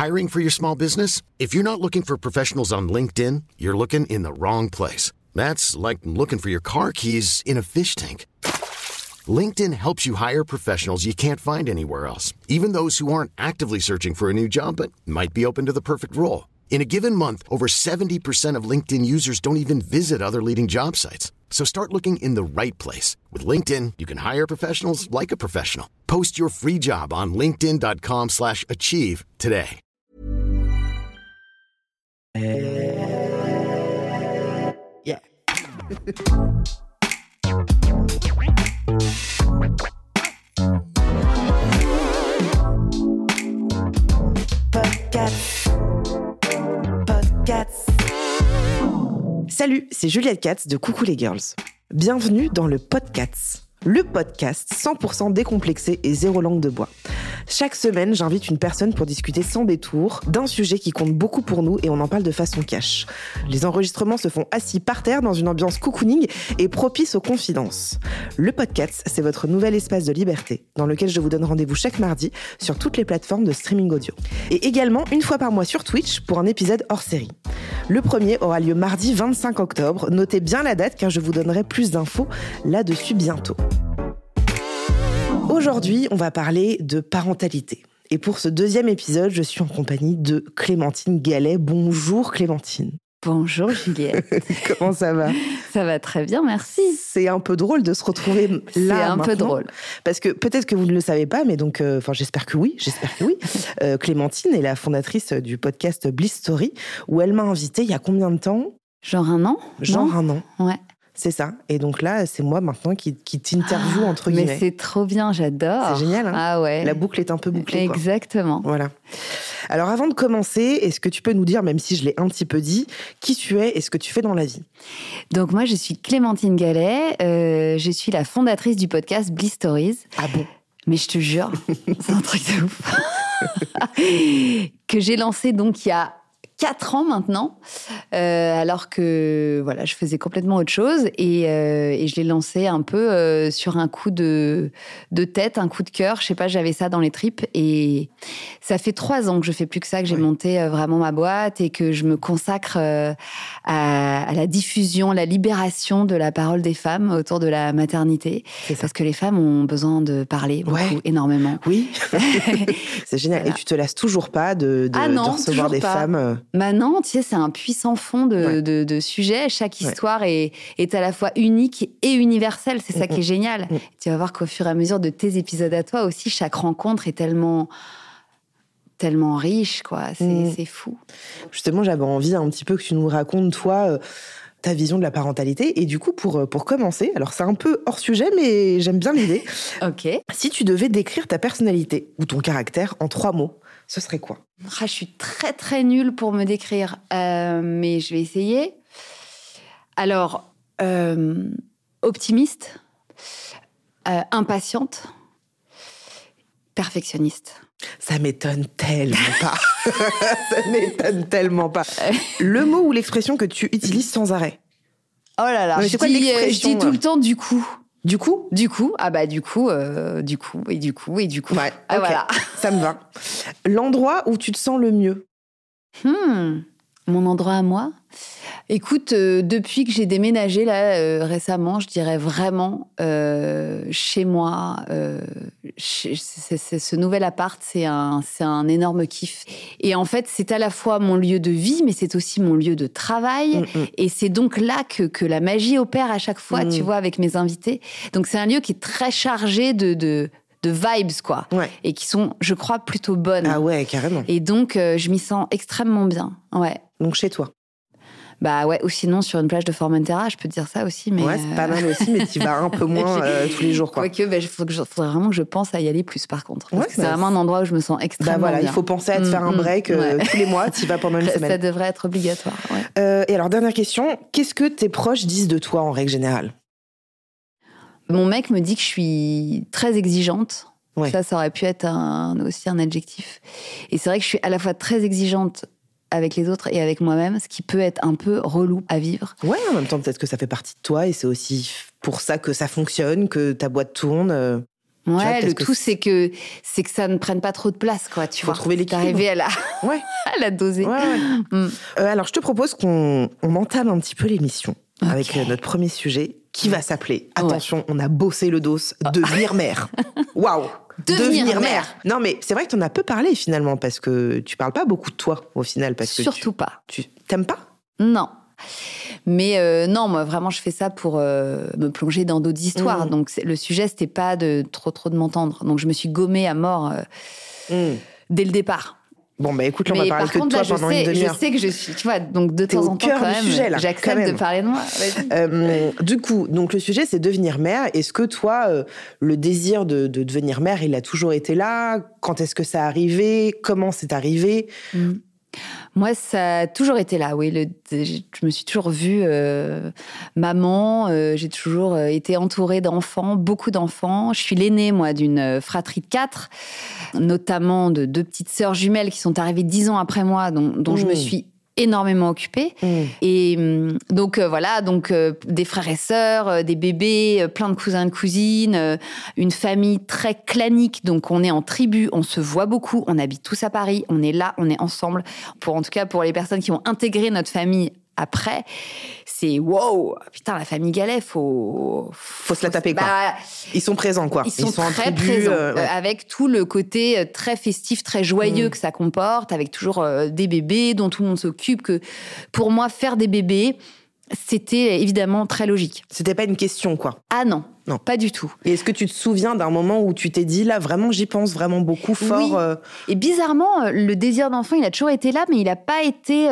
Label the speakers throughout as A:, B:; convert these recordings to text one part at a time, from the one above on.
A: Hiring for your small business? If you're not looking for professionals on LinkedIn, you're looking in the wrong place. That's like looking for your car keys in a fish tank. LinkedIn helps you hire professionals you can't find anywhere else, even those who aren't actively searching for a new job but might be open to the perfect role. In a given month, over 70% of LinkedIn users don't even visit other leading job sites. So start looking in the right place. With LinkedIn, you can hire professionals like a professional. Post your free job on linkedin.com/achieve today.
B: Yeah. Podcast. Salut, c'est Juliette Katz de Coucou les Girls. Bienvenue dans le Podcast. Le podcast 100% décomplexé et zéro langue de bois. Chaque semaine, j'invite une personne pour discuter sans détour d'un sujet qui compte beaucoup pour nous et on en parle de façon cash. Les enregistrements se font assis par terre dans une ambiance cocooning et propice aux confidences. Le podcast, c'est votre nouvel espace de liberté dans lequel je vous donne rendez-vous chaque mardi sur toutes les plateformes de streaming audio. Et également une fois par mois sur Twitch pour un épisode hors série. Le premier aura lieu mardi 25 octobre. Notez bien la date car je vous donnerai plus d'infos là-dessus bientôt. Aujourd'hui, on va parler de parentalité. Et pour ce deuxième épisode, je suis en compagnie de Clémentine Gallet. Bonjour Clémentine.
C: Bonjour Juliette.
B: Comment ça va ?
C: Ça va très bien, merci.
B: C'est un peu drôle de se retrouver là
C: C'est un
B: maintenant,
C: peu drôle.
B: Parce que peut-être que vous ne le savez pas, mais donc, j'espère que oui. Clémentine est la fondatrice du podcast Bliss Story, où elle m'a invitée il y a combien de temps ?
C: Genre un an ?
B: Un an.
C: Ouais.
B: C'est ça. Et donc là, c'est moi maintenant qui t'interviewe entre guillemets.
C: Mais c'est trop bien, j'adore.
B: C'est génial, hein ?
C: Ah ouais.
B: La boucle est un peu bouclée, quoi.
C: Exactement.
B: Voilà. Alors avant de commencer, est-ce que tu peux nous dire, même si je l'ai un petit peu dit, qui tu es et ce que tu fais dans la vie ?
C: Donc moi, je suis Clémentine Gallet. Je suis la fondatrice du podcast Bliss Stories.
B: Ah bon ?
C: Mais je te jure, c'est un truc de ouf. Que j'ai lancé donc il y a 4 ans maintenant, alors que voilà, je faisais complètement autre chose et je l'ai lancé un peu sur un coup de tête, un coup de cœur. Je sais pas, j'avais ça dans les tripes et ça fait 3 ans que je fais plus que ça, que j'ai monté vraiment ma boîte et que je me consacre à la diffusion, la libération de la parole des femmes autour de la maternité. Parce que les femmes ont besoin de parler beaucoup, énormément.
B: Oui, c'est génial. Voilà. Et tu te lasses toujours pas de recevoir des femmes
C: Maintenant, tu sais, c'est un puissant fond de sujets. Chaque histoire est à la fois unique et universelle. C'est ça qui est génial. Tu vas voir qu'au fur et à mesure de tes épisodes à toi aussi, chaque rencontre est tellement riche, quoi. C'est fou.
B: Justement, j'avais envie un petit peu que tu nous racontes, toi, ta vision de la parentalité. Et du coup, pour commencer, alors c'est un peu hors sujet, mais j'aime bien l'idée.
C: Ok.
B: Si tu devais décrire ta personnalité ou ton caractère en 3 mots, ce serait quoi ?
C: Je suis très très nulle pour me décrire, mais je vais essayer. Alors, optimiste, impatiente, perfectionniste.
B: Ça m'étonne tellement pas. Ça m'étonne tellement pas. Le mot ou l'expression que tu utilises sans arrêt ?
C: Oh là là, je dis tout le temps du coup.
B: Du coup ?
C: Du coup. Ouais,
B: Ah, okay.
C: Voilà.
B: Ça me va. L'endroit où tu te sens le mieux ?
C: Mon endroit à moi ? Écoute, depuis que j'ai déménagé là récemment, je dirais vraiment chez moi. Ce nouvel appart, c'est un énorme kiff. Et en fait, c'est à la fois mon lieu de vie, mais c'est aussi mon lieu de travail. Et c'est donc là que la magie opère à chaque fois, tu vois, avec mes invités. Donc c'est un lieu qui est très chargé de vibes, quoi. Ouais. Et qui sont, je crois, plutôt bonnes.
B: Ah ouais, carrément.
C: Et donc, je m'y sens extrêmement bien. Ouais.
B: Donc chez toi ?
C: Bah ouais, ou sinon sur une plage de Formentera, je peux te dire ça aussi. Mais
B: ouais, c'est pas mal aussi, mais tu vas un peu moins tous les jours, quoi.
C: Quoique, faudrait vraiment que je pense à y aller plus, par contre. Parce que c'est vraiment un endroit où je me sens extrêmement bien.
B: Il faut penser à te faire un break tous les mois, tu y vas pendant une semaine.
C: Ça devrait être obligatoire, ouais.
B: Et alors, dernière question, qu'est-ce que tes proches disent de toi en règle générale ?
C: Mon mec me dit que je suis très exigeante.
B: Ouais.
C: Ça aurait pu être aussi un adjectif. Et c'est vrai que je suis à la fois très exigeante avec les autres et avec moi-même, ce qui peut être un peu relou à vivre.
B: Ouais, en même temps, peut-être que ça fait partie de toi et c'est aussi pour ça que ça fonctionne, que ta boîte tourne.
C: Ouais, le tout, c'est que ça ne prenne pas trop de place, quoi, tu vois.
B: Faut trouver l'équilibre.
C: D'arriver à la doser.
B: Ouais. Alors, je te propose qu'on entame un petit peu l'émission avec notre premier sujet qui va s'appeler, attention, on a bossé le dos, devenir mère. Waouh.
C: Devenir mère.
B: Non, mais c'est vrai que t'en as peu parlé finalement, parce que tu parles pas beaucoup de toi au final.
C: Surtout pas.
B: Tu t'aimes pas ?
C: Non. Mais non, moi vraiment, je fais ça pour me plonger dans d'autres histoires. Donc le sujet, c'était pas de trop de m'entendre. Donc je me suis gommée à mort dès le départ.
B: Bon, bah écoute, là, on va parler que de toi pendant une demi-heure.
C: Je sais que je suis, tu vois, donc de temps en temps, quand même,
B: sujet, là,
C: j'accepte de parler de moi.
B: Du coup, donc le sujet, c'est devenir mère. Est-ce que toi, le désir de devenir mère, il a toujours été là ? Quand est-ce que ça arrivé ? Comment c'est arrivé ?
C: Moi, ça a toujours été là, oui. Je me suis toujours vue maman. J'ai toujours été entourée d'enfants, beaucoup d'enfants. Je suis l'aînée, moi, d'une fratrie de 4, notamment de 2 petites sœurs jumelles qui sont arrivées 10 ans après moi, dont je me suis énormément occupée. Et donc, voilà, des frères et sœurs, des bébés, plein de cousins et de cousines, une famille très clanique. Donc, on est en tribu, on se voit beaucoup, on habite tous à Paris, on est là, on est ensemble. En tout cas, pour les personnes qui ont intégré notre famille après, c'est wow, putain, la famille Gallet, faut
B: se la taper, quoi. Ils sont présents, quoi.
C: Ils sont très présents, avec tout le côté très festif, très joyeux que ça comporte, avec toujours des bébés dont tout le monde s'occupe. Que pour moi, faire des bébés, c'était évidemment très logique.
B: C'était pas une question, quoi.
C: Ah non, pas du tout.
B: Et est-ce que tu te souviens d'un moment où tu t'es dit, là, vraiment, j'y pense vraiment beaucoup fort
C: Oui. Et bizarrement, le désir d'enfant, il a toujours été là, mais il n'a pas été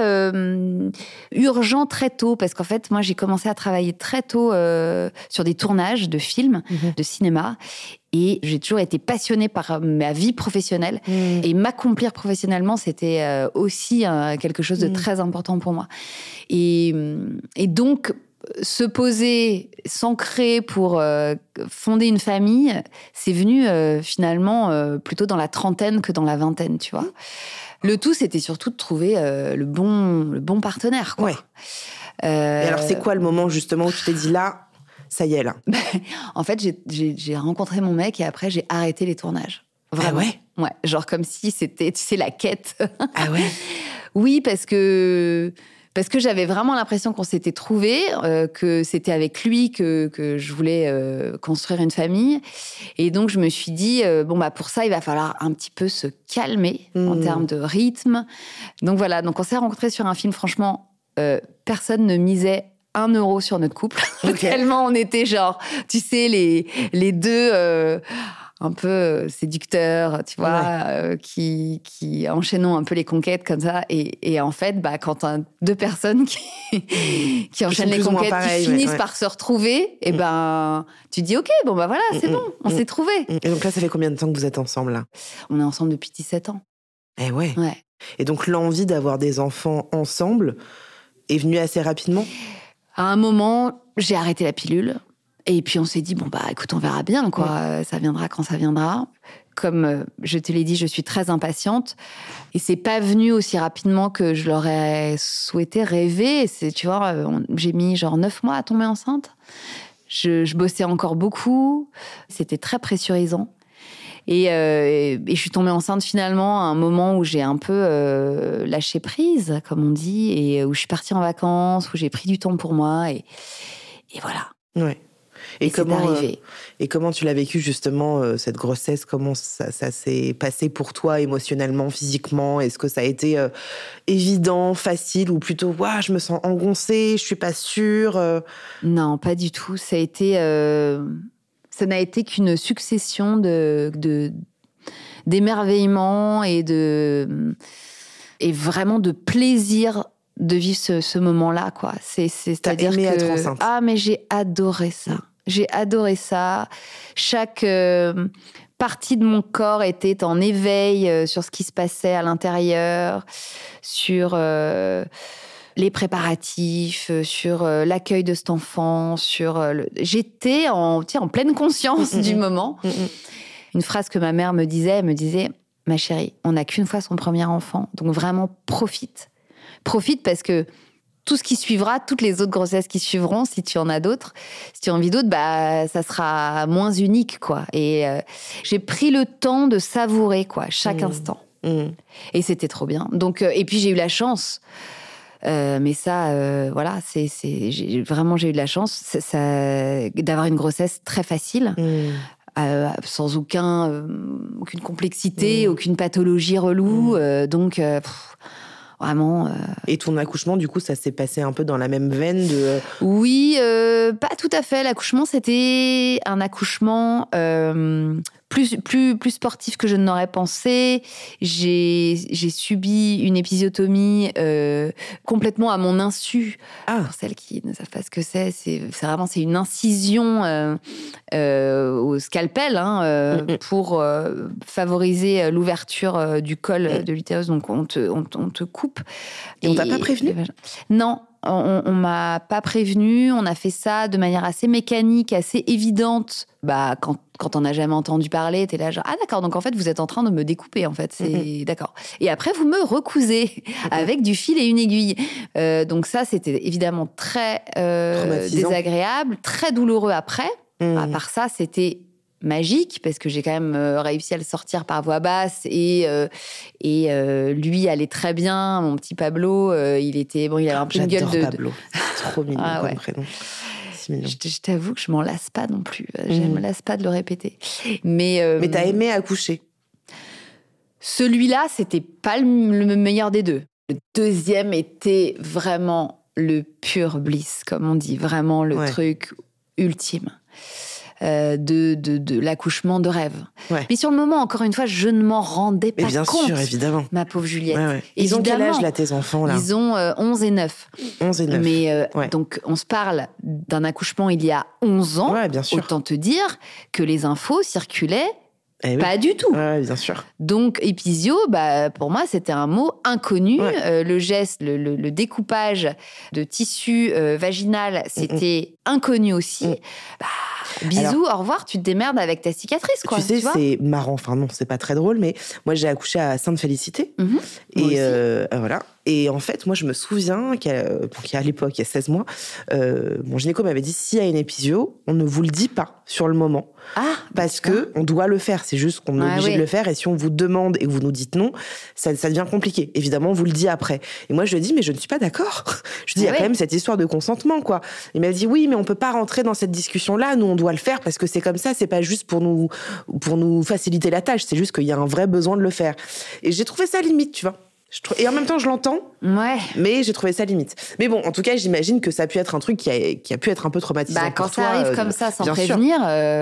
C: urgent très tôt. Parce qu'en fait, moi, j'ai commencé à travailler très tôt sur des tournages de films, de cinéma. Et j'ai toujours été passionnée par ma vie professionnelle. Et m'accomplir professionnellement, c'était aussi quelque chose de très important pour moi. Et donc, se poser, s'ancrer pour fonder une famille, c'est venu finalement plutôt dans la trentaine que dans la vingtaine, tu vois. Le tout, c'était surtout de trouver le bon partenaire, quoi.
B: Ouais. Et alors, c'est quoi le moment justement où tu t'es dit là, ça y est, là?
C: En fait, j'ai rencontré mon mec et après, j'ai arrêté les tournages. Vraiment.
B: Ah ouais?
C: Ouais, genre comme si c'était, tu sais, la quête.
B: Ah ouais?
C: Oui, parce que j'avais vraiment l'impression qu'on s'était trouvés, que c'était avec lui que je voulais construire une famille. Et donc, je me suis dit, pour ça, il va falloir un petit peu se calmer en termes de rythme. Donc voilà, donc on s'est rencontrés sur un film, franchement, personne ne misait 1 euro sur notre couple. Okay. Tellement on était genre, tu sais, les deux... un peu séducteurs, tu vois, qui enchaînons un peu les conquêtes comme ça. Et en fait, quand t'as 2 personnes qui enchaînent les conquêtes, qui finissent par se retrouver, et tu dis, OK, voilà, c'est bon, on s'est trouvés.
B: Et donc là, ça fait combien de temps que vous êtes ensemble, là?
C: On est ensemble depuis 17 ans.
B: Eh ouais. Et donc l'envie d'avoir des enfants ensemble est venue assez rapidement? À
C: un moment, j'ai arrêté la pilule. Et puis on s'est dit, écoute, on verra bien, quoi. Ça viendra quand ça viendra. Comme je te l'ai dit, je suis très impatiente. Et c'est pas venu aussi rapidement que je l'aurais souhaité, rêver. Tu vois, j'ai mis genre 9 mois à tomber enceinte. Je bossais encore beaucoup. C'était très pressurisant. Et je suis tombée enceinte finalement à un moment où j'ai un peu lâché prise, comme on dit, et où je suis partie en vacances, où j'ai pris du temps pour moi. Et voilà.
B: Ouais. Et comment tu l'as vécu justement, cette grossesse? Comment ça s'est passé pour toi émotionnellement, physiquement? Est-ce que ça a été évident, facile, ou plutôt je me sens engoncée, je suis pas sûre?
C: Non, pas du tout. Ça n'a été qu'une succession d'émerveillement et vraiment de plaisir de vivre ce moment-là, quoi. C'est-à-dire que
B: être enceinte.
C: Ah, mais j'ai adoré ça. J'ai adoré ça. Chaque partie de mon corps était en éveil sur ce qui se passait à l'intérieur, sur les préparatifs, sur l'accueil de cet enfant, j'étais en pleine conscience du moment. Une phrase que ma mère me disait, ma chérie, on n'a qu'une fois son premier enfant, donc vraiment profite. Profite parce que tout ce qui suivra, toutes les autres grossesses qui suivront, si tu en as d'autres, si tu as envie d'autres, ça sera moins unique, quoi. Et j'ai pris le temps de savourer, quoi, chaque instant. Et c'était trop bien. Donc, et puis j'ai eu la chance. Mais ça, voilà, j'ai eu de la chance d'avoir une grossesse très facile. Sans aucune complexité, aucune pathologie relou. Donc, vraiment.
B: Et ton accouchement, du coup, ça s'est passé un peu dans la même veine de...
C: Oui, pas tout à fait. L'accouchement, c'était un accouchement plus sportif que je n'aurais pensé. J'ai subi une épisiotomie complètement à mon insu. Pour celles qui ne savent pas ce que c'est une incision au scalpel pour favoriser l'ouverture du col de l'utérus. Donc on te coupe.
B: Et on t'a pas prévenu ?
C: Non. On m'a pas prévenu, on a fait ça de manière assez mécanique, assez évidente. Quand on n'a jamais entendu parler, t'es là genre, ah d'accord, donc en fait vous êtes en train de me découper, en fait, c'est d'accord. Et après vous me recousez avec du fil et une aiguille. Donc ça, c'était évidemment très désagréable, très douloureux après. À part ça, c'était magique, parce que j'ai quand même réussi à le sortir par voie basse et lui allait très bien, mon petit Pablo, il avait un peu une gueule de...
B: Pablo, c'est trop mignon comme prénom.
C: Je t'avoue que je m'en lasse pas non plus, je me lasse pas de le répéter. Mais
B: t'as aimé accoucher ?
C: Celui-là, c'était pas le meilleur des deux. Le deuxième était vraiment le pur bliss, comme on dit, vraiment le truc ultime. De l'accouchement de rêve. Mais sur le moment, encore une fois, je ne m'en rendais pas compte. Mais bien sûr,
B: évidemment.
C: Ma pauvre Juliette.
B: Ils ont quel âge, là, tes enfants, là ?
C: Ils ont 11 et 9.
B: 11 et 9.
C: Mais donc, on se parle d'un accouchement il y a 11 ans.
B: Bien sûr.
C: Autant te dire que les infos circulaient pas du tout.
B: Bien sûr.
C: Donc, épisio, pour moi, c'était un mot inconnu. Le geste, le découpage de tissu vaginal, c'était inconnu aussi. Bisous, au revoir, tu te démerdes avec ta cicatrice, quoi.
B: Tu sais, c'est marrant. Enfin, non, c'est pas très drôle, mais moi, j'ai accouché à Sainte-Félicité. Et voilà. Et en fait, moi, je me souviens qu'à l'époque, il y a 16 mois, mon gynéco m'avait dit, s'il y a une épisio, on ne vous le dit pas sur le moment. Parce que on doit le faire. C'est juste qu'on est obligé de le faire. Et si on vous demande et que vous nous dites non, ça devient compliqué. Évidemment, on vous le dit après. Et moi, je lui ai dit, mais je ne suis pas d'accord. Je dis, il y a quand même cette histoire de consentement, quoi. Il m'a dit, oui, mais on peut pas rentrer dans cette discussion-là. Nous, on doit le faire parce que c'est comme ça. C'est pas juste pour nous faciliter la tâche. C'est juste qu'il y a un vrai besoin de le faire. Et j'ai trouvé ça limite, tu vois. Et en même temps, je l'entends, mais j'ai trouvé ça limite. Mais bon, en tout cas, j'imagine que ça a pu être un truc qui a pu être un peu traumatisant pour toi.
C: Quand ça arrive comme ça, sans prévenir,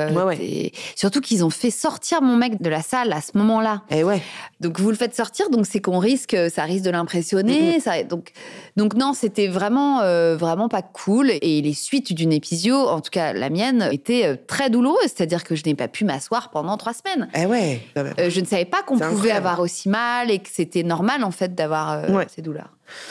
C: surtout qu'ils ont fait sortir mon mec de la salle à ce moment-là. Donc, vous le faites sortir, donc c'est qu'on ça risque de l'impressionner. Donc non, c'était vraiment pas cool. Et les suites d'une épisio, en tout cas la mienne, étaient très douloureuses. C'est-à-dire que je n'ai pas pu m'asseoir pendant 3 semaines. Je ne savais pas qu'on pouvait avoir aussi mal et que c'était normal, en fait, d'avoir ces douleurs.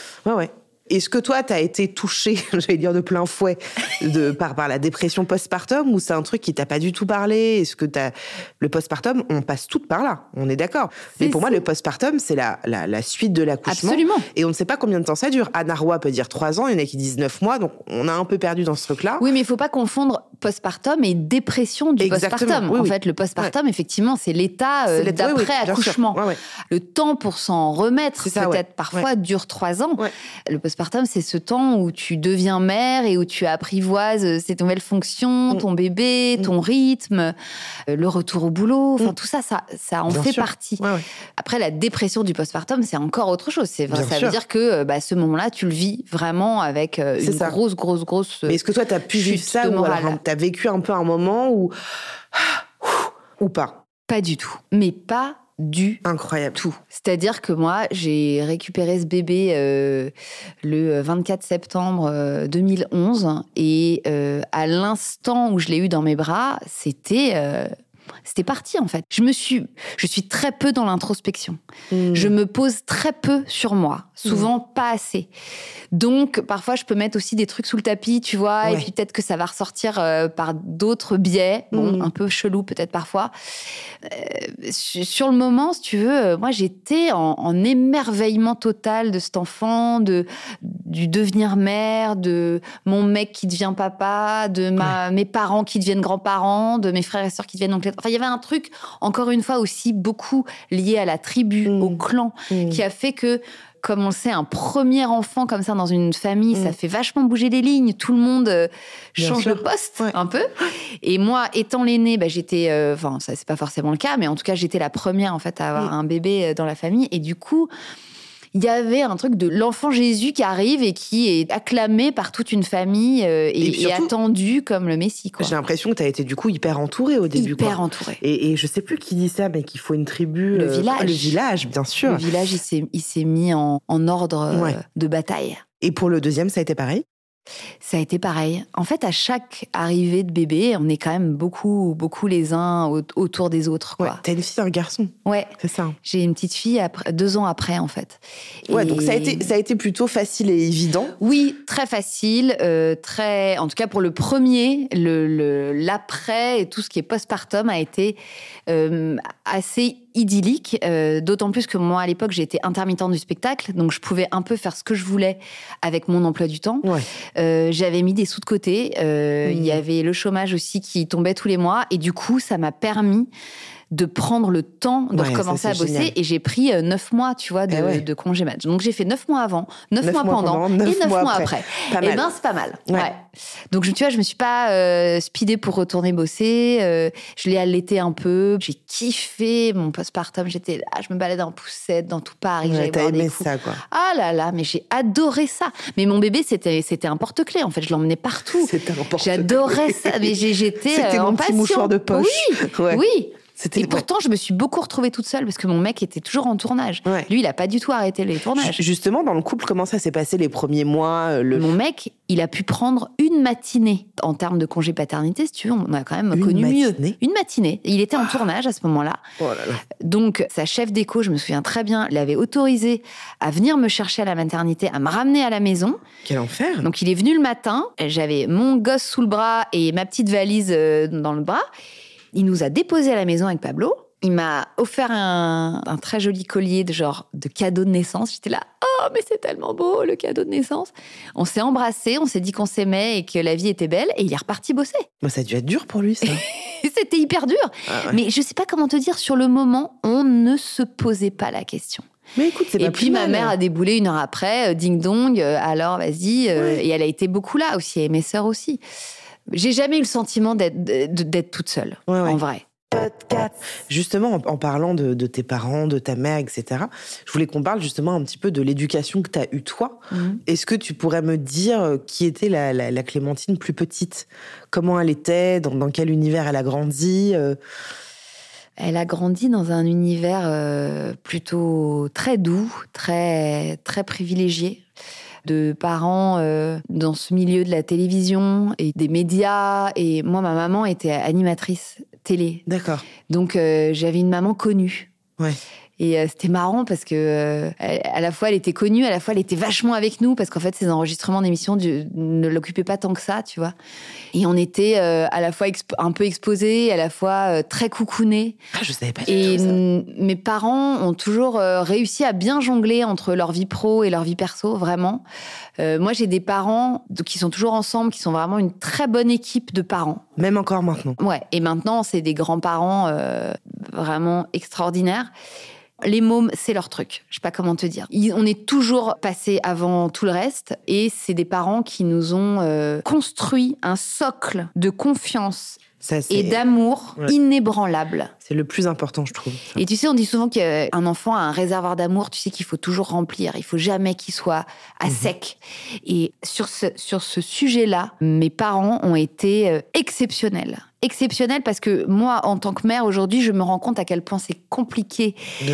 B: Est-ce que toi, t'as été touchée, j'allais dire de plein fouet, par la dépression postpartum, ou c'est un truc qui t'a pas du tout parlé ? Est-ce que le postpartum, on passe toutes par là, on est d'accord. Mais pour moi, le postpartum, c'est la suite de l'accouchement.
C: Absolument.
B: Et on ne sait pas combien de temps ça dure. Anna Roy peut dire 3 ans, il y en a qui disent 9 mois, donc on a un peu perdu dans ce truc-là.
C: Oui, mais il faut pas confondre postpartum et dépression du postpartum. En fait, le postpartum, effectivement, c'est l'état d'après-accouchement. Le temps pour s'en remettre, peut-être parfois, dure 3 ans. Le postpartum, c'est ce temps où tu deviens mère et où tu apprivoises tes nouvelles fonctions, ton bébé, ton rythme, le retour au boulot. Enfin, tout ça en fait partie. Après, la dépression du postpartum, c'est encore autre chose. Ça veut dire que ce moment-là, tu le vis vraiment avec une grosse.
B: Mais est-ce que toi, t'as pu vivre ça ou alors t'as vécu un peu un moment où ou pas ?
C: Pas du tout. Mais pas
B: incroyable
C: tout. C'est-à-dire que moi, j'ai récupéré ce bébé le 24 septembre 2011 et à l'instant où je l'ai eu dans mes bras, c'était parti, en fait. Je suis très peu dans l'introspection. Je me pose très peu sur moi. Souvent, pas assez. Donc, parfois, je peux mettre aussi des trucs sous le tapis, tu vois, et puis peut-être que ça va ressortir par d'autres biais, un peu chelou peut-être parfois. Sur le moment, si tu veux, moi, j'étais en émerveillement total de cet enfant, de du devenir mère, de mon mec qui devient papa, de mes parents qui deviennent grands-parents, de mes frères et sœurs qui deviennent oncles. Enfin, il y avait un truc, encore une fois, aussi beaucoup lié à la tribu, au clan, qui a fait que, comme on le sait, un premier enfant comme ça dans une famille, ça fait vachement bouger les lignes. Tout le monde change de poste un peu. Et moi, étant l'aînée, j'étais... Enfin, ça, c'est pas forcément le cas, mais en tout cas, j'étais la première, en fait, à avoir un bébé dans la famille. Et du coup, il y avait un truc de l'enfant Jésus qui arrive et qui est acclamé par toute une famille et surtout, attendu comme le Messie, quoi.
B: J'ai l'impression que tu as été du coup hyper entourée au début.
C: Hyper entourée.
B: Et je sais plus qui dit ça, mais qu'il faut une tribu.
C: Le village.
B: Le village, bien sûr.
C: Le village, il s'est mis en ordre de bataille.
B: Et pour le deuxième, ça a été pareil ?
C: Ça a été pareil. En fait, à chaque arrivée de bébé, on est quand même beaucoup les uns autour des autres, quoi.
B: Ouais, t'as une fille, un garçon.
C: Ouais.
B: C'est ça.
C: J'ai une petite fille 2 ans après, en fait.
B: Ouais, donc ça a été plutôt facile et évident.
C: Oui, très facile, en tout cas pour le premier, l'après et tout ce qui est postpartum a été assez idyllique, d'autant plus que moi, à l'époque, j'étais intermittente du spectacle, donc je pouvais un peu faire ce que je voulais avec mon emploi du temps. Ouais. J'avais mis des sous de côté, il y avait le chômage aussi qui tombait tous les mois, et du coup, ça m'a permis de prendre le temps de recommencer à bosser. Génial. Et j'ai pris 9 mois, tu vois, de congé mat. Donc, j'ai fait 9 mois avant, 9 mois pendant et 9 mois après. Et ben, c'est pas mal. Ouais. Donc, tu vois, je me suis pas speedée pour retourner bosser. Je l'ai allaité un peu. J'ai kiffé mon postpartum. J'étais là, je me baladais en poussette dans tout Paris.
B: Ouais, t'as aimé ça, quoi.
C: Ah là là, mais j'ai adoré ça. Mais mon bébé, c'était un porte-clés. En fait, je l'emmenais partout.
B: C'était un porte-clés.
C: J'adorais ça. Mais j'étais
B: c'était
C: en
B: mon
C: passion.
B: Petit mouchoir de poche.
C: Oui. Et pourtant, je me suis beaucoup retrouvée toute seule parce que mon mec était toujours en tournage. Ouais. Lui, il a pas du tout arrêté les tournages.
B: Justement, dans le couple, comment ça s'est passé les premiers mois
C: Mon mec, il a pu prendre une matinée en termes de congé paternité, si tu veux. On a quand même connu mieux. Une matinée. Il était en tournage à ce moment-là.
B: Oh là là.
C: Donc, sa chef d'éco, je me souviens très bien, l'avait autorisé à venir me chercher à la maternité, à me ramener à la maison.
B: Quel enfer.
C: Donc, il est venu le matin. J'avais mon gosse sous le bras et ma petite valise dans le bras. Il nous a déposés à la maison avec Pablo. Il m'a offert un très joli collier de cadeau de naissance. J'étais là, oh, mais c'est tellement beau, le cadeau de naissance. On s'est embrassés, on s'est dit qu'on s'aimait et que la vie était belle. Et il est reparti bosser.
B: Moi, ça a dû être dur pour lui, ça.
C: C'était hyper dur. Ah ouais. Mais je sais pas comment te dire, sur le moment, on ne se posait pas la question.
B: Mais écoute, c'est pas plus mal.
C: Et puis, ma mère a déboulé 1 heure après, ding-dong, alors vas-y. Et elle a été beaucoup là aussi, et mes sœurs aussi. J'ai jamais eu le sentiment d'être toute seule, en vrai.
B: Justement, en parlant de tes parents, de ta mère, etc., je voulais qu'on parle justement un petit peu de l'éducation que tu as eue toi. Est-ce que tu pourrais me dire qui était la Clémentine plus petite ? Comment elle était ? Dans quel univers elle a grandi ?
C: Elle a grandi dans un univers plutôt très doux, très, très privilégié. De parents dans ce milieu de la télévision et des médias. Et moi, ma maman était animatrice télé.
B: D'accord.
C: Donc, j'avais une maman connue.
B: Ouais.
C: Et c'était marrant parce que à la fois elle était connue, à la fois elle était vachement avec nous parce qu'en fait ces enregistrements d'émissions ne l'occupaient pas tant que ça, tu vois. Et on était à la fois un peu exposés, à la fois très coucounés.
B: Ah, je savais pas du tout ça.
C: Mes parents ont toujours réussi à bien jongler entre leur vie pro et leur vie perso, vraiment. Moi, j'ai des parents qui sont toujours ensemble, qui sont vraiment une très bonne équipe de parents.
B: Même encore maintenant.
C: Ouais. Et maintenant, c'est des grands-parents vraiment extraordinaires. Les mômes, c'est leur truc. Je sais pas comment te dire. On est toujours passé avant tout le reste et c'est des parents qui nous ont construit un socle de confiance et d'amour inébranlable.
B: C'est le plus important, je trouve.
C: Et tu sais, on dit souvent qu'un enfant a un réservoir d'amour, tu sais qu'il faut toujours remplir. Il faut jamais qu'il soit à sec. Et sur ce sujet-là, mes parents ont été exceptionnels. Exceptionnel parce que moi, en tant que mère, aujourd'hui, je me rends compte à quel point c'est compliqué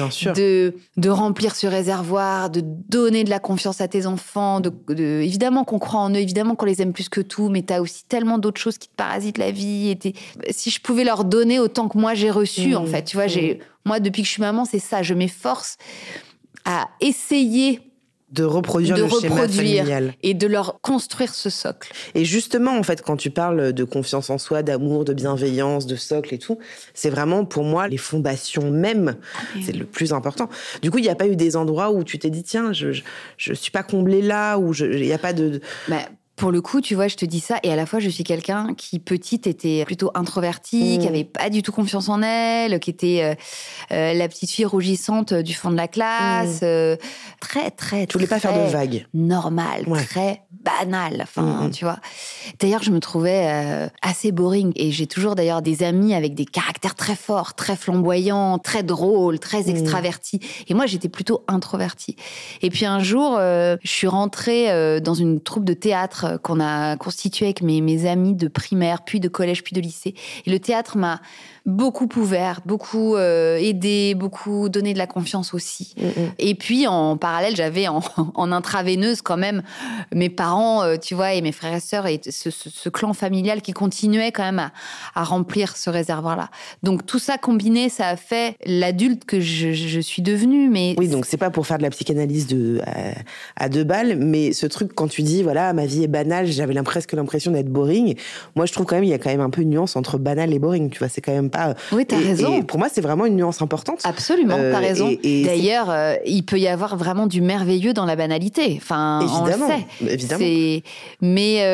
C: de remplir ce réservoir, de donner de la confiance à tes enfants. Évidemment qu'on croit en eux, évidemment qu'on les aime plus que tout, mais t'as aussi tellement d'autres choses qui te parasitent la vie. Si je pouvais leur donner autant que moi j'ai reçu, en fait, tu vois, moi, depuis que je suis maman, c'est ça. Je m'efforce à essayer
B: De reproduire le schéma familial.
C: Et de leur construire ce socle.
B: Et justement, en fait, quand tu parles de confiance en soi, d'amour, de bienveillance, de socle et tout, c'est vraiment, pour moi, les fondations même. C'est le plus important. Du coup, il n'y a pas eu des endroits où tu t'es dit, tiens, je suis pas comblée là, ou il n'y a pas de...
C: Pour le coup, tu vois, je te dis ça, et à la fois, je suis quelqu'un qui, petite, était plutôt introvertie, qui avait pas du tout confiance en elle, qui était la petite fille rougissante du fond de la classe, très...
B: Tu voulais pas faire de vagues.
C: Normal, très banal, enfin, tu vois. D'ailleurs, je me trouvais assez boring, et j'ai toujours d'ailleurs des amis avec des caractères très forts, très flamboyants, très drôles, très extravertis, et moi, j'étais plutôt introvertie. Et puis un jour, je suis rentrée dans une troupe de théâtre qu'on a constitué avec mes amis de primaire, puis de collège, puis de lycée. Et le théâtre m'a beaucoup ouvert, beaucoup aidé, beaucoup donné de la confiance aussi. Et puis, en parallèle, j'avais en intraveineuse quand même mes parents, tu vois, et mes frères et sœurs, et ce clan familial qui continuait quand même à remplir ce réservoir-là. Donc, tout ça combiné, ça a fait l'adulte que je suis devenue. Mais
B: oui, donc c'est pas pour faire de la psychanalyse à 2 balles, mais ce truc, quand tu dis, voilà, ma vie est banale, j'avais presque l'impression d'être boring. Moi, je trouve quand même, il y a quand même un peu une nuance entre banal et boring, tu vois, c'est quand même pas...
C: Oui, t'as raison.
B: Et pour moi, c'est vraiment une nuance importante.
C: Absolument, t'as raison. Et d'ailleurs, il peut y avoir vraiment du merveilleux dans la banalité. Enfin,
B: évidemment,
C: on le sait.
B: Évidemment.
C: Mais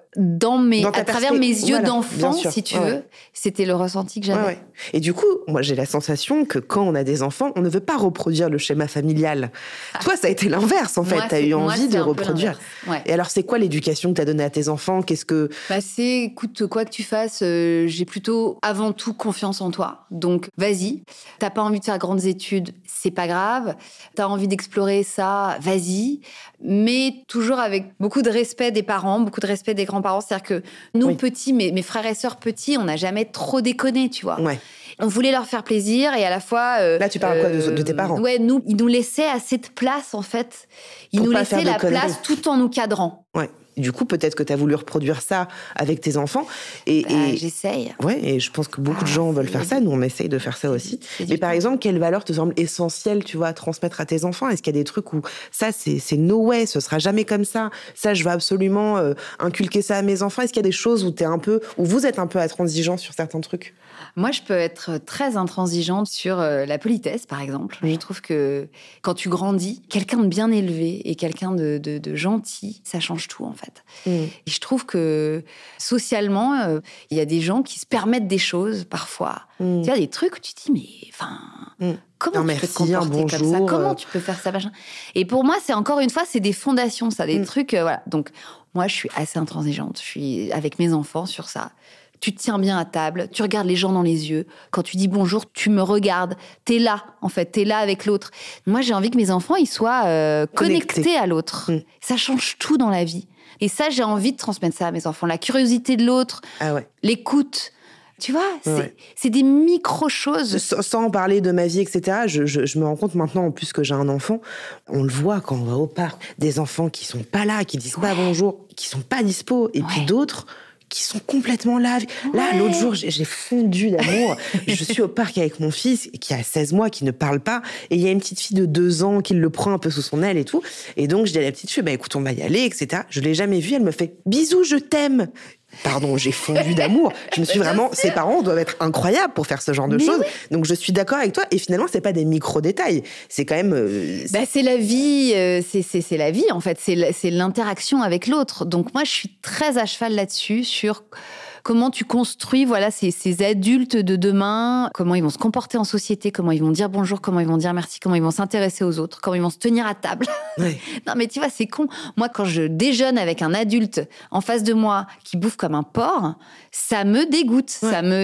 C: à travers mes yeux d'enfant, si tu veux, c'était le ressenti que j'avais.
B: Ouais. Et du coup, moi, j'ai la sensation que quand on a des enfants, on ne veut pas reproduire le schéma familial. Toi, ça a été l'inverse, en fait. T'as eu envie de reproduire. Et alors, c'est quoi l'éducation que t'as donnée à tes enfants? Qu'est-ce que...
C: C'est, écoute, quoi que tu fasses, j'ai plutôt, avant tout, confiance en toi. Donc, vas-y. T'as pas envie de faire grandes études, c'est pas grave. T'as envie d'explorer ça, vas-y. Mais toujours avec beaucoup de respect des parents, beaucoup de respect des grands-parents. C'est-à-dire que nous, petits, mes frères et sœurs petits, on n'a jamais trop déconné, tu vois. On voulait leur faire plaisir et à la fois...
B: Là, tu parles quoi de tes parents?
C: Ouais, ils nous laissaient assez de place, en fait. Ils nous laissaient la place tout en nous cadrant.
B: Ouais. Du coup, peut-être que tu as voulu reproduire ça avec tes enfants. Et
C: j'essaye.
B: Ouais, et je pense que beaucoup de gens veulent faire ça. Nous, on essaye de faire ça aussi. Mais par exemple, quelles valeurs te semblent essentielles, tu vois, à transmettre à tes enfants? Est-ce qu'il y a des trucs où ça, c'est no way, ce sera jamais comme ça. Ça, je veux absolument inculquer ça à mes enfants. Est-ce qu'il y a des choses où où vous êtes un peu intransigeant sur certains trucs?
C: Moi, je peux être très intransigeante sur la politesse, par exemple. Je trouve que quand tu grandis, quelqu'un de bien élevé et quelqu'un de gentil, ça change tout, en fait. Et je trouve que socialement, il y a des gens qui se permettent des choses, parfois. Tu vois, des trucs où tu te dis, mais enfin... Comment tu peux te comporter comme ça? Comment tu peux faire ça, machin? Et pour moi, c'est encore une fois, c'est des fondations, ça, des trucs... voilà. Donc, moi, je suis assez intransigeante. Je suis avec mes enfants sur ça. Tu te tiens bien à table, tu regardes les gens dans les yeux. Quand tu dis bonjour, tu me regardes. T'es là, en fait, t'es là avec l'autre. Moi, j'ai envie que mes enfants, ils soient connectés à l'autre. Ça change tout dans la vie. Et ça, j'ai envie de transmettre ça à mes enfants. La curiosité de l'autre, l'écoute. Tu vois, c'est des micro-choses.
B: Sans parler de ma vie, etc., je me rends compte maintenant, en plus que j'ai un enfant, on le voit quand on va au parc, des enfants qui sont pas là, qui disent pas bonjour, qui sont pas dispo, et puis d'autres qui sont complètement là. Là, l'autre jour, j'ai fondu d'amour. Je suis au parc avec mon fils, qui a 16 mois, qui ne parle pas, et il y a une petite fille de 2 ans qui le prend un peu sous son aile et tout. Et donc, je dis à la petite fille, écoute, on va y aller, etc. Je l'ai jamais vue, elle me fait « Bisous, je t'aime !» Pardon, j'ai fondu d'amour. Je me suis vraiment... Ses parents doivent être incroyables pour faire ce genre de choses. Donc, je suis d'accord avec toi. Et finalement, c'est pas des micro-détails. C'est quand même...
C: c'est la vie. C'est la vie, en fait. C'est l'interaction avec l'autre. Donc, moi, je suis très à cheval là-dessus, sur... Comment tu construis ces adultes de demain, comment ils vont se comporter en société, comment ils vont dire bonjour, comment ils vont dire merci, comment ils vont s'intéresser aux autres, comment ils vont se tenir à table. Non, mais tu vois, c'est con. Moi, quand je déjeune avec un adulte en face de moi qui bouffe comme un porc, ça me dégoûte. Ça me...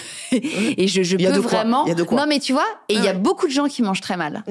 C: Et je peux vraiment... Non, mais tu vois, et il y a beaucoup de gens qui mangent très mal.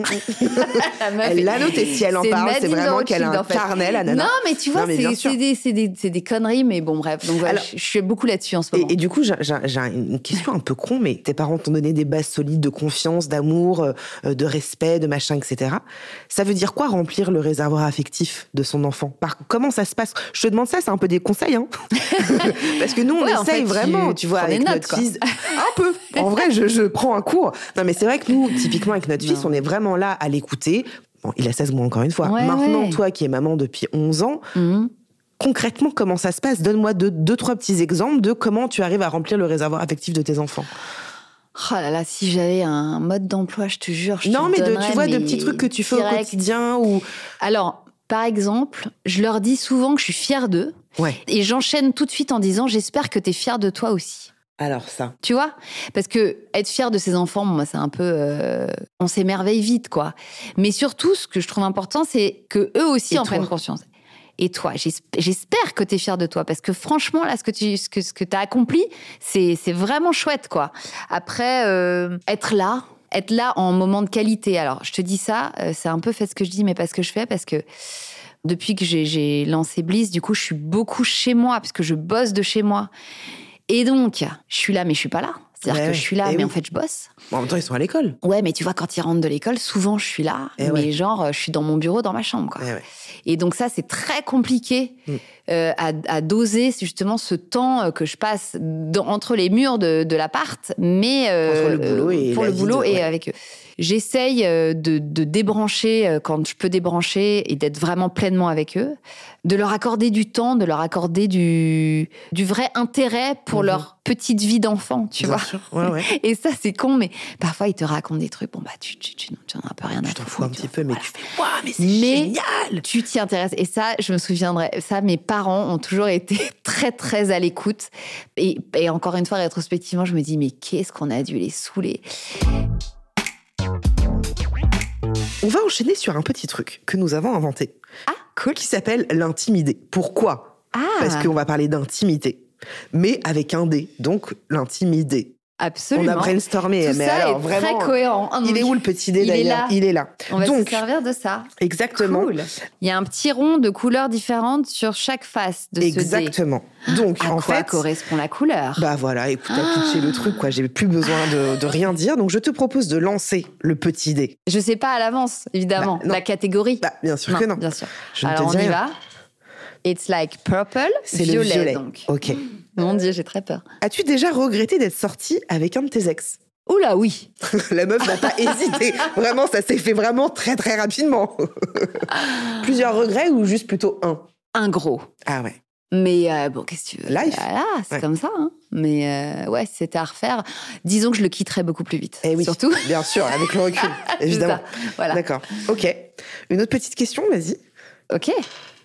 B: Elle l'a noté, si elle en parle, c'est vraiment qu'elle a un carnet, la nana.
C: Non, mais tu vois, c'est des conneries, mais bon, bref. Donc voilà, je suis beaucoup là-dessus en ce moment.
B: Et du coup, j'ai une question un peu con, mais tes parents t'ont donné des bases solides de confiance, d'amour, de respect, de machin, etc. Ça veut dire quoi, remplir le réservoir affectif de son enfant? Comment ça se passe? Je te demande ça, c'est un peu des conseils, hein. Parce que nous, on essaye vraiment, tu vois, avec notre fils. Un peu. En vrai, je prends un cours. Non, mais c'est vrai que nous, typiquement, avec notre fils, on est vraiment là à l'écouter. Bon, il a 16 mois encore une fois.
C: Ouais,
B: Maintenant,
C: ouais.
B: toi qui es maman depuis 11 ans, concrètement, comment ça se passe ? Donne-moi deux, trois petits exemples de comment tu arrives à remplir le réservoir affectif de tes enfants.
C: Oh là là, si j'avais un mode d'emploi, je te jure,
B: Non, mais
C: donnerais,
B: tu vois, de
C: mais
B: petits trucs que tu fais au
C: direct.
B: quotidien ou...
C: Alors, par exemple, je leur dis souvent que je suis fière d'eux.
B: Ouais.
C: Et j'enchaîne tout de suite en disant, j'espère que t'es fière de toi aussi.
B: Alors ça.
C: Tu vois ? Parce que être fier de ses enfants, moi, c'est un peu... on s'émerveille vite, quoi. Mais surtout, ce que je trouve important, c'est que eux aussi
B: Et
C: en
B: toi
C: prennent conscience. Et toi, j'espère que t'es fière de toi. Parce que franchement, là, ce que t'as accompli, c'est vraiment chouette, quoi. Après, être là en moment de qualité. Alors, je te dis ça, c'est un peu fait ce que je dis, mais pas ce que je fais, parce que depuis que j'ai lancé Bliss, du coup, je suis beaucoup chez moi, parce que je bosse de chez moi. Et donc, je suis là, mais je suis pas là. C'est-à-dire que je suis là, mais en fait, je bosse.
B: Bon, en même temps, ils sont à l'école.
C: Ouais, mais tu vois, quand ils rentrent de l'école, souvent, je suis là. Mais genre, je suis dans mon bureau, dans ma chambre, quoi. Et donc ça, c'est très compliqué à doser, c'est justement ce temps que je passe entre les murs de l'appart, mais
B: entre le boulot et
C: pour
B: la
C: le boulot
B: vie
C: et avec eux. J'essaye de débrancher quand je peux débrancher et d'être vraiment pleinement avec eux, de leur accorder du temps, de leur accorder du vrai intérêt pour leur petite vie d'enfant, tu vois.
B: Sûr. Ouais.
C: Et ça, c'est con, mais parfois, ils te racontent des trucs. Bon, bah, tu n'en as un peu rien à foutre.
B: Tu t'en fous un petit peu, mais tu fais, waouh, mais c'est
C: génial!
B: Tu
C: t'y intéresses. Et ça, je me souviendrai. Ça, mes parents ont toujours été très, très à l'écoute. Et encore une fois, rétrospectivement, je me dis, mais qu'est-ce qu'on a dû les saouler?
B: On va enchaîner sur un petit truc que nous avons inventé.
C: Ah, cool.
B: Qui s'appelle l'intimidé. Pourquoi ? Parce qu'on va parler d'intimité, mais avec un D, donc l'intimidé.
C: Absolument.
B: On a brainstormé,
C: tout
B: mais
C: ça
B: alors
C: est
B: vraiment,
C: très cohérent. Oh,
B: il est où le petit dé d'ailleurs ? Il est là.
C: On va
B: donc,
C: se servir de ça.
B: Exactement.
C: Cool. Il y a un petit rond de couleurs différentes sur chaque face de ce dé.
B: Exactement. Donc,
C: à
B: en
C: quoi
B: fait,
C: correspond la couleur ?
B: Bah voilà, écoute, t'as pitché le truc, quoi. J'ai plus besoin de rien dire. Donc, je te propose de lancer le petit dé.
C: Je sais pas à l'avance, évidemment. La catégorie.
B: Bah, bien sûr que non.
C: Bien sûr.
B: Je ne
C: Alors,
B: te dis
C: on y
B: rien.
C: va. It's like purple,
B: C'est
C: violet,
B: le violet.
C: donc.
B: Ok.
C: Mon Dieu, j'ai très peur.
B: As-tu déjà regretté d'être sortie avec un de tes ex ?
C: Oula, oui.
B: La meuf n'a pas hésité. Vraiment, ça s'est fait vraiment très, très rapidement. Plusieurs regrets ou juste plutôt un ?
C: Un gros.
B: Ah ouais.
C: Mais bon, qu'est-ce que tu veux ?
B: Life.
C: Voilà, c'est comme ça. Hein. Mais ouais, si c'était à refaire, disons que je le quitterais beaucoup plus vite.
B: Eh oui,
C: surtout.
B: Bien sûr, avec le recul, évidemment.
C: Ça, voilà.
B: D'accord. Ok. Une autre petite question, vas-y.
C: Ok.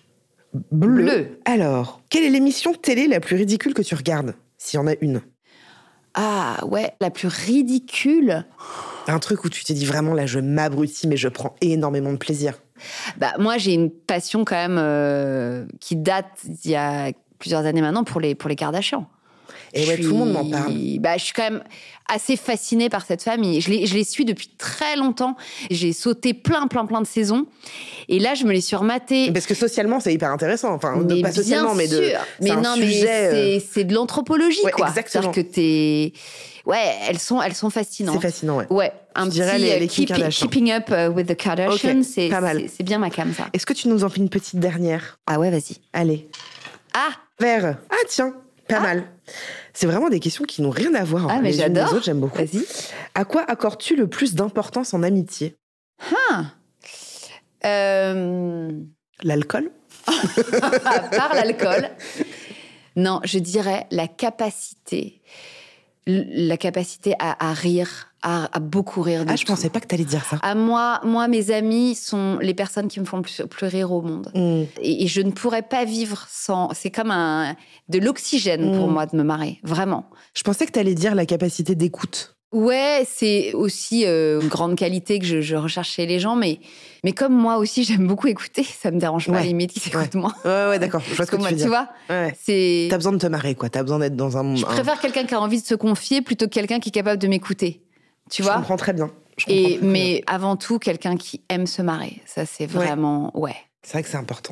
B: Bleu. Alors, quelle est l'émission télé la plus ridicule que tu regardes, s'il y en a une ?
C: Ah ouais, la plus ridicule.
B: Un truc où tu t'es dit vraiment, là, je m'abrutis, mais je prends énormément de plaisir.
C: Bah, moi, j'ai une passion quand même qui date d'il y a plusieurs années maintenant pour les Kardashians.
B: Et ouais, tout le monde m'en parle.
C: Bah, je suis quand même assez fascinée par cette famille. Je les suis depuis très longtemps. J'ai sauté plein de saisons. Et là, je me les suis rematées.
B: Parce que socialement, c'est hyper intéressant. Enfin,
C: mais
B: pas socialement, mais de.
C: Mais non, mais c'est de l'anthropologie,
B: ouais,
C: quoi.
B: Exactement.
C: C'est-à-dire que t'es. Ouais, elles sont fascinantes.
B: C'est fascinant, ouais.
C: Ouais, un
B: dirais
C: petit
B: les Kim Kardashian.
C: Keeping Up with the Kardashians,
B: okay, pas mal.
C: C'est bien ma cam, ça.
B: Est-ce que tu nous en fais une petite dernière ?
C: Ah ouais, vas-y.
B: Allez.
C: Ah,
B: Vert. Ah tiens, pas mal. C'est vraiment des questions qui n'ont rien à voir.
C: Ah, mais
B: les unes
C: j'adore.
B: les autres, j'aime beaucoup.
C: Vas-y.
B: À quoi accordes-tu le plus d'importance en amitié ? L'alcool ?
C: Par l'alcool. Non, je dirais la capacité à rire, à beaucoup rire de
B: Ah, je pensais pas que t'allais dire ça.
C: À moi, mes amis sont les personnes qui me font plus rire au monde. Et je ne pourrais pas vivre sans... C'est comme de l'oxygène pour moi de me marrer, vraiment.
B: Je pensais que t'allais dire la capacité d'écoute.
C: Ouais, c'est aussi une grande qualité que je recherche chez les gens, mais comme moi aussi, j'aime beaucoup écouter, ça me dérange pas, limite, qu'ils s'écoutent moins.
B: Ouais, d'accord, je vois ce que tu veux dire.
C: Tu vois,
B: t'as besoin de te marrer, quoi. T'as besoin d'être dans un...
C: Je préfère quelqu'un qui a envie de se confier plutôt que quelqu'un qui est capable de m'écouter. Tu vois ?
B: Je comprends très bien.
C: Mais avant tout, quelqu'un qui aime se marrer. Ça, c'est vraiment... Ouais.
B: C'est vrai que c'est important.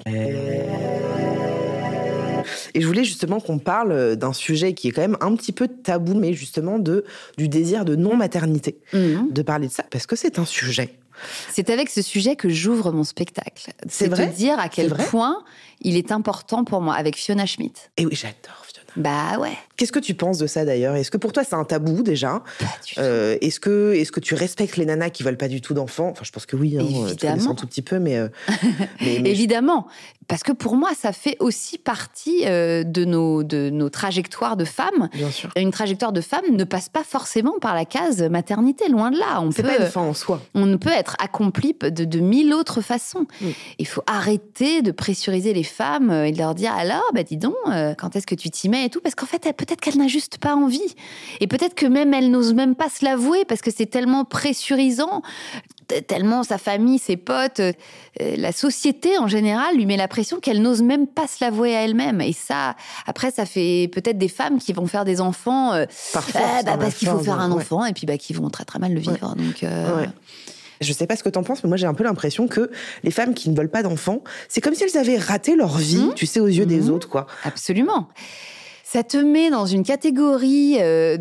B: Et je voulais justement qu'on parle d'un sujet qui est quand même un petit peu tabou, mais justement du désir de non-maternité. De parler de ça, parce que c'est un sujet.
C: C'est avec ce sujet que j'ouvre mon spectacle.
B: C'est vrai ?
C: te dire à quel point il est important pour moi, avec Fiona Schmidt.
B: Et oui, j'adore Fiona.
C: Bah ouais.
B: Qu'est-ce que tu penses de ça d'ailleurs? Est-ce que pour toi c'est un tabou déjà?
C: Pas du tout.
B: Est-ce que tu respectes les nanas qui veulent pas du tout d'enfants? Enfin, je pense que oui, tu connais ça un tout petit peu, mais
C: Évidemment, parce que pour moi, ça fait aussi partie de nos trajectoires de femmes.
B: Bien sûr.
C: Une trajectoire de femme ne passe pas forcément par la case maternité, loin de là.
B: C'est pas une fin en soi.
C: On peut être accompli de 1000 autres façons. Il faut arrêter de pressuriser les femmes et de leur dire alors, dis donc, quand est-ce que tu t'y mets et tout, parce qu'en fait, peut-être qu'elle n'a juste pas envie. Et peut-être que même elle n'ose même pas se l'avouer parce que c'est tellement pressurisant, tellement sa famille, ses potes, la société en général lui met la pression qu'elle n'ose même pas se l'avouer à elle-même. Et ça, après, ça fait peut-être des femmes qui vont faire des enfants parce qu'il faut faire un enfant et puis qui vont très très mal le vivre. Donc,
B: Je sais pas ce que t'en penses, mais moi j'ai un peu l'impression que les femmes qui ne veulent pas d'enfants, c'est comme si elles avaient raté leur vie, tu sais, aux yeux des autres, quoi.
C: Absolument. Ça te met dans une catégorie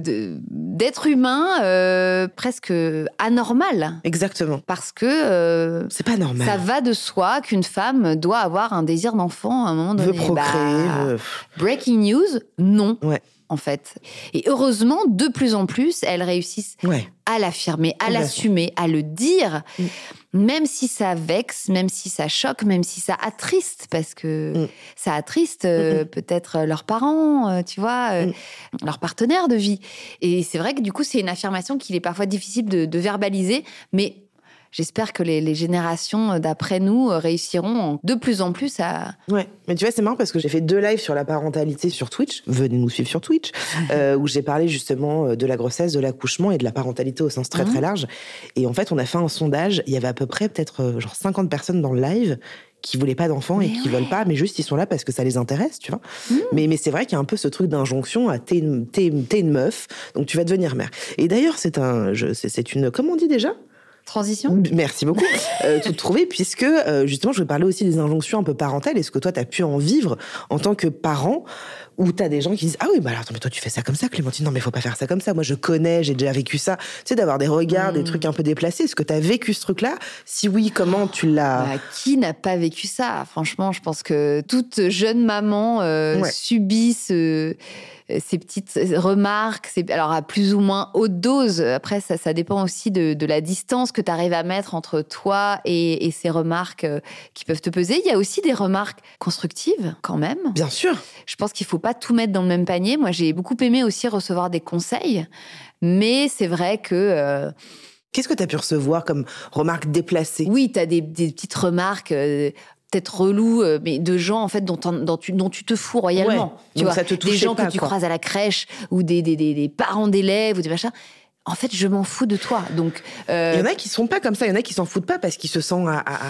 C: d'être humain presque anormal.
B: Exactement.
C: Parce que
B: c'est pas normal.
C: Ça va de soi qu'une femme doit avoir un désir d'enfant à un moment donné.
B: Veut procréer.
C: Breaking news, non.
B: Ouais.
C: En fait. Et heureusement, de plus en plus, elles réussissent à l'affirmer, à l'assumer, à le dire, même si ça vexe, même si ça choque, même si ça attriste, parce que ça attriste peut-être leurs parents, tu vois, leurs partenaires de vie. Et c'est vrai que du coup, c'est une affirmation qu'il est parfois difficile de verbaliser, mais j'espère que les générations d'après nous réussiront de plus en plus à...
B: Ouais, mais tu vois, c'est marrant parce que j'ai fait 2 lives sur la parentalité sur Twitch. Venez nous suivre sur Twitch, où j'ai parlé justement de la grossesse, de l'accouchement et de la parentalité au sens très très large. Et en fait, on a fait un sondage. Il y avait à peu près peut-être 50 personnes dans le live qui voulaient pas d'enfants et qui veulent pas, mais juste ils sont là parce que ça les intéresse, tu vois. Mais c'est vrai qu'il y a un peu ce truc d'injonction à t'es une meuf, donc tu vas devenir mère. Et d'ailleurs, c'est une... Comment on dit déjà ?
C: Transition.
B: Merci beaucoup. Tout trouvé, puisque justement, je vais parler aussi des injonctions un peu parentales. Est-ce que toi, tu as pu en vivre en tant que parent, où tu as des gens qui disent « Ah oui, alors attends, mais toi, tu fais ça comme ça, Clémentine. Non, mais faut pas faire ça comme ça. Moi, je connais, j'ai déjà vécu ça. » Tu sais, d'avoir des regards, des trucs un peu déplacés. Est-ce que tu as vécu ce truc-là? Si oui, comment tu l'as...
C: Qui n'a pas vécu ça? Franchement, je pense que toute jeune maman subit ces petites remarques, alors à plus ou moins haute dose. Après, ça dépend aussi de la distance que tu arrives à mettre entre toi et ces remarques qui peuvent te peser. Il y a aussi des remarques constructives, quand même.
B: Bien sûr.
C: Je pense qu'il faut pas tout mettre dans le même panier. Moi, j'ai beaucoup aimé aussi recevoir des conseils, mais c'est vrai que...
B: Qu'est-ce que tu as pu recevoir comme remarques déplacées?
C: Oui, tu as des petites remarques... peut-être relou, mais de gens en fait dont tu te fous royalement. Tu vois,
B: ça te
C: des gens
B: pas,
C: que tu croises à la crèche ou des parents d'élèves ou des machins. En fait, je m'en fous de toi. Donc,
B: il y en a qui sont pas comme ça. Il y en a qui s'en foutent pas parce qu'ils se sentent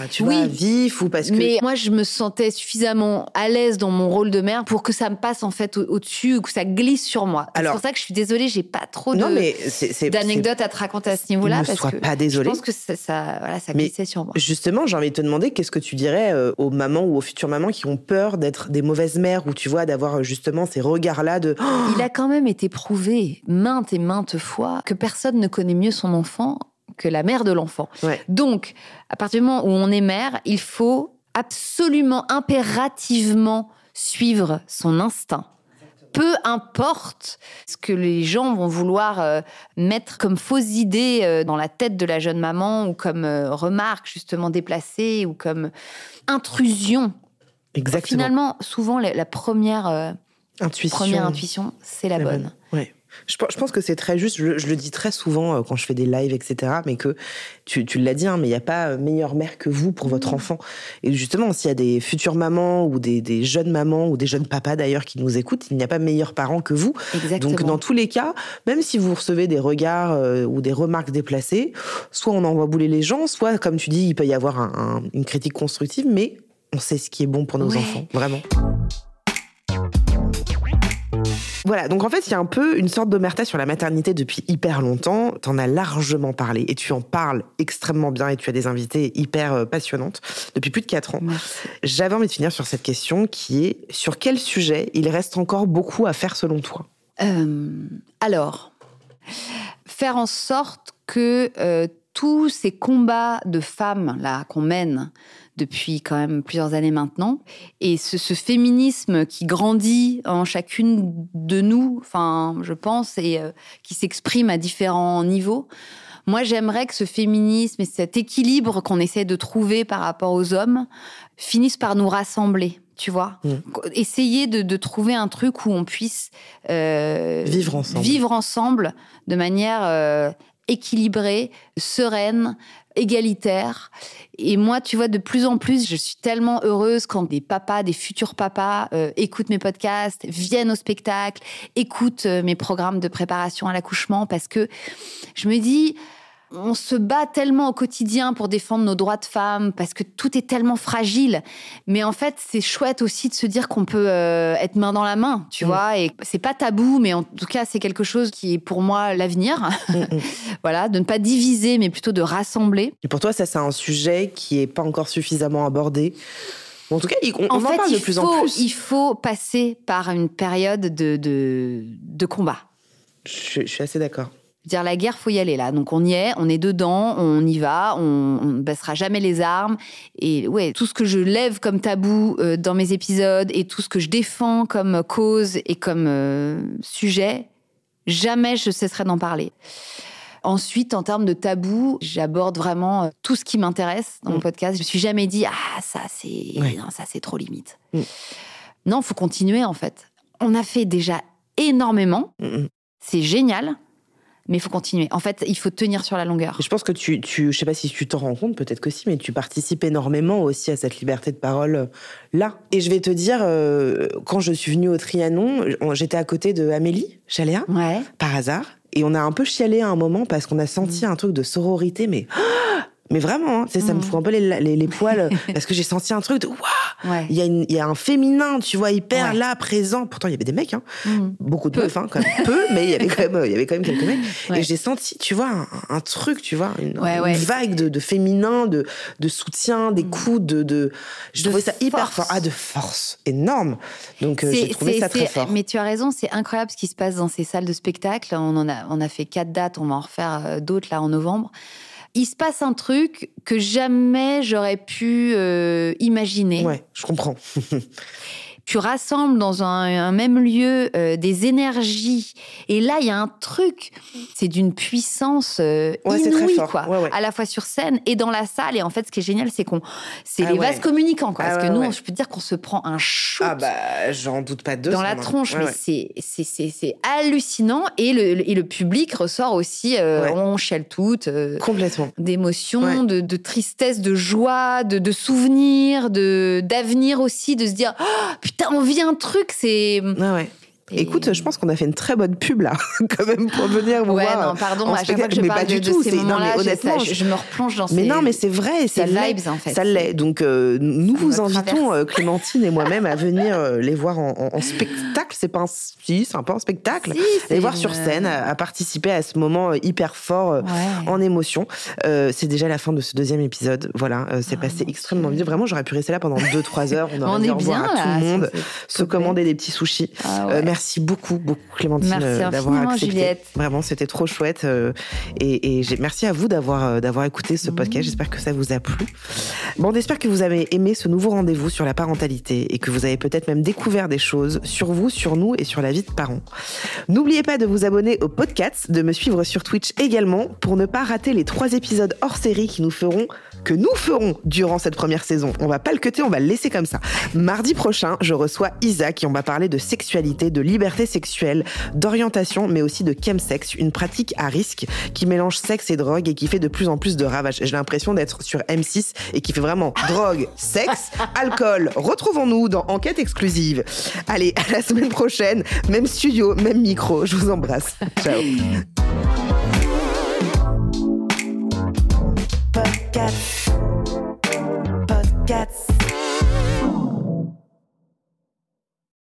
B: vif ou parce que...
C: Mais moi, je me sentais suffisamment à l'aise dans mon rôle de mère pour que ça me passe en fait au-dessus ou que ça glisse sur moi. C'est pour ça que je suis désolée, j'ai pas trop d'anecdotes à te raconter à ce niveau-là.
B: Ne sois pas désolée.
C: Je pense que ça glissait sur moi.
B: Justement, j'ai envie de te demander, qu'est-ce que tu dirais aux mamans ou aux futures mamans qui ont peur d'être des mauvaises mères ou tu vois, d'avoir justement ces regards-là de...
C: Il a quand même été prouvé maintes et maintes fois que personne ne connaît mieux son enfant que la mère de l'enfant.
B: Ouais.
C: Donc, à partir du moment où on est mère, il faut absolument, impérativement suivre son instinct. Peu importe ce que les gens vont vouloir mettre comme fausses idées dans la tête de la jeune maman ou comme remarques justement déplacées ou comme intrusion.
B: Exactement.
C: Finalement, souvent, la première intuition, c'est la bonne.
B: Ouais. Je pense que c'est très juste, je le dis très souvent quand je fais des lives, etc., mais que tu l'as dit, mais il n'y a pas meilleure mère que vous pour votre enfant. Et justement, s'il y a des futures mamans ou des jeunes mamans ou des jeunes papas d'ailleurs qui nous écoutent, il n'y a pas meilleur parent que vous.
C: Exactement.
B: Donc dans tous les cas, même si vous recevez des regards ou des remarques déplacées, soit on envoie bouler les gens, soit comme tu dis, il peut y avoir une critique constructive, mais on sait ce qui est bon pour nos enfants, vraiment. Voilà, donc en fait, il y a un peu une sorte d'omerta sur la maternité depuis hyper longtemps. T'en as largement parlé et tu en parles extrêmement bien et tu as des invités hyper passionnantes depuis plus de 4 ans.
C: Merci.
B: J'avais envie de finir sur cette question qui est: sur quel sujet il reste encore beaucoup à faire selon toi?
C: Alors, faire en sorte que tous ces combats de femmes là qu'on mène depuis quand même plusieurs années maintenant, et ce féminisme qui grandit en chacune de nous, enfin, je pense, et qui s'exprime à différents niveaux. Moi, j'aimerais que ce féminisme et cet équilibre qu'on essaie de trouver par rapport aux hommes finissent par nous rassembler, tu vois. Essayer de trouver un truc où on puisse
B: vivre
C: ensemble de manière équilibrée, sereine, égalitaire. Et moi, tu vois, de plus en plus, je suis tellement heureuse quand des papas, des futurs papas écoutent mes podcasts, viennent au spectacle, écoutent mes programmes de préparation à l'accouchement, parce que je me dis, on se bat tellement au quotidien pour défendre nos droits de femmes, parce que tout est tellement fragile. Mais en fait, c'est chouette aussi de se dire qu'on peut être main dans la main, tu vois. Et c'est pas tabou, mais en tout cas, c'est quelque chose qui est pour moi l'avenir. Voilà, de ne pas diviser, mais plutôt de rassembler.
B: Et pour toi, ça, c'est un sujet qui est pas encore suffisamment abordé. En tout cas, on en parle de plus en plus.
C: Il faut passer par une période de combat.
B: Je suis assez d'accord.
C: Dire la guerre, faut y aller là. Donc on y est, on est dedans, on y va, on ne baissera jamais les armes. Et ouais, tout ce que je lève comme tabou dans mes épisodes et tout ce que je défends comme cause et comme sujet, jamais je cesserai d'en parler. Ensuite, en termes de tabou, j'aborde vraiment tout ce qui m'intéresse dans mon podcast. Je me suis jamais dit ça c'est trop limite. Non, faut continuer en fait. On a fait déjà énormément. C'est génial. Mais il faut continuer. En fait, il faut tenir sur la longueur.
B: Je pense que je sais pas si tu t'en rends compte, peut-être que si, mais tu participes énormément aussi à cette liberté de parole là. Et je vais te dire, quand je suis venue au Trianon, j'étais à côté de Amélie Chaléa, par hasard, et on a un peu chialé à un moment parce qu'on a senti un truc de sororité, mais vraiment, hein, ça me fout un peu les poils, parce que j'ai senti un truc de waouh, il y a un féminin, tu vois, hyper là, présent. Pourtant, il y avait des mecs, hein, beaucoup de meufs, hein, quand même, peu, mais il y avait quand même quelques mecs. Et j'ai senti, tu vois, un truc, tu vois, une vague de féminin, de soutien, d'écoute, je trouvais ça hyper fort. De force énorme. Donc, j'ai trouvé ça très fort.
C: Mais tu as raison, c'est incroyable ce qui se passe dans ces salles de spectacle. On a fait 4 dates, on va en refaire d'autres là en novembre. Il se passe un truc que jamais j'aurais pu imaginer.
B: Ouais, je comprends.
C: Tu rassembles dans un même lieu des énergies. Et là, il y a un truc, c'est d'une puissance inouïe,
B: c'est très fort.
C: Quoi.
B: Ouais.
C: À la fois sur scène et dans la salle. Et en fait, ce qui est génial, c'est les vases communicants. Quoi. Parce que nous, je peux te dire qu'on se prend un shoot.
B: J'en doute pas deux.
C: Dans la tronche, mais c'est hallucinant. Et le public ressort aussi, on chiale toutes.
B: Complètement.
C: D'émotions, de tristesse, de joie, de souvenirs, d'avenir aussi, de se dire putain, on vit un truc, c'est...
B: Écoute, je pense qu'on a fait une très bonne pub là, quand même, pour venir vous voir.
C: Ouais, non, pardon, à chaque fois que je parle de ces moments-là, honnêtement, je me replonge dans ces...
B: Mais non, mais c'est vrai, c'est
C: vibes, en fait.
B: Ça l'est. Donc, nous vous invitons, Clémentine et moi-même, à venir les voir en spectacle. C'est un peu un spectacle. Les voir sur scène, à participer à ce moment hyper fort en émotion. C'est déjà la fin de ce 2e épisode. Voilà, c'est passé extrêmement vite. Vraiment, j'aurais pu rester là pendant 2-3 heures. On aurait dit au revoir à tout le monde, se commander des petits sushis. Merci beaucoup, Clémentine, d'avoir accepté. Juliette. Vraiment, c'était trop chouette. Et merci à vous d'avoir écouté ce podcast. J'espère que ça vous a plu. Bon, on espère que vous avez aimé ce nouveau rendez-vous sur la parentalité et que vous avez peut-être même découvert des choses sur vous, sur nous et sur la vie de parents. N'oubliez pas de vous abonner au podcast, de me suivre sur Twitch également pour ne pas rater les 3 épisodes hors série que nous ferons durant cette première saison. On va pas le cutter, on va le laisser comme ça. Mardi prochain, je reçois Isa qui on va parler de sexualité, de liberté sexuelle, d'orientation, mais aussi de chemsex, une pratique à risque qui mélange sexe et drogue et qui fait de plus en plus de ravages. J'ai l'impression d'être sur M6 et qui fait vraiment drogue, sexe, alcool. Retrouvons-nous dans Enquête exclusive. Allez, à la semaine prochaine, même studio, même micro. Je vous embrasse. Ciao. Podcast.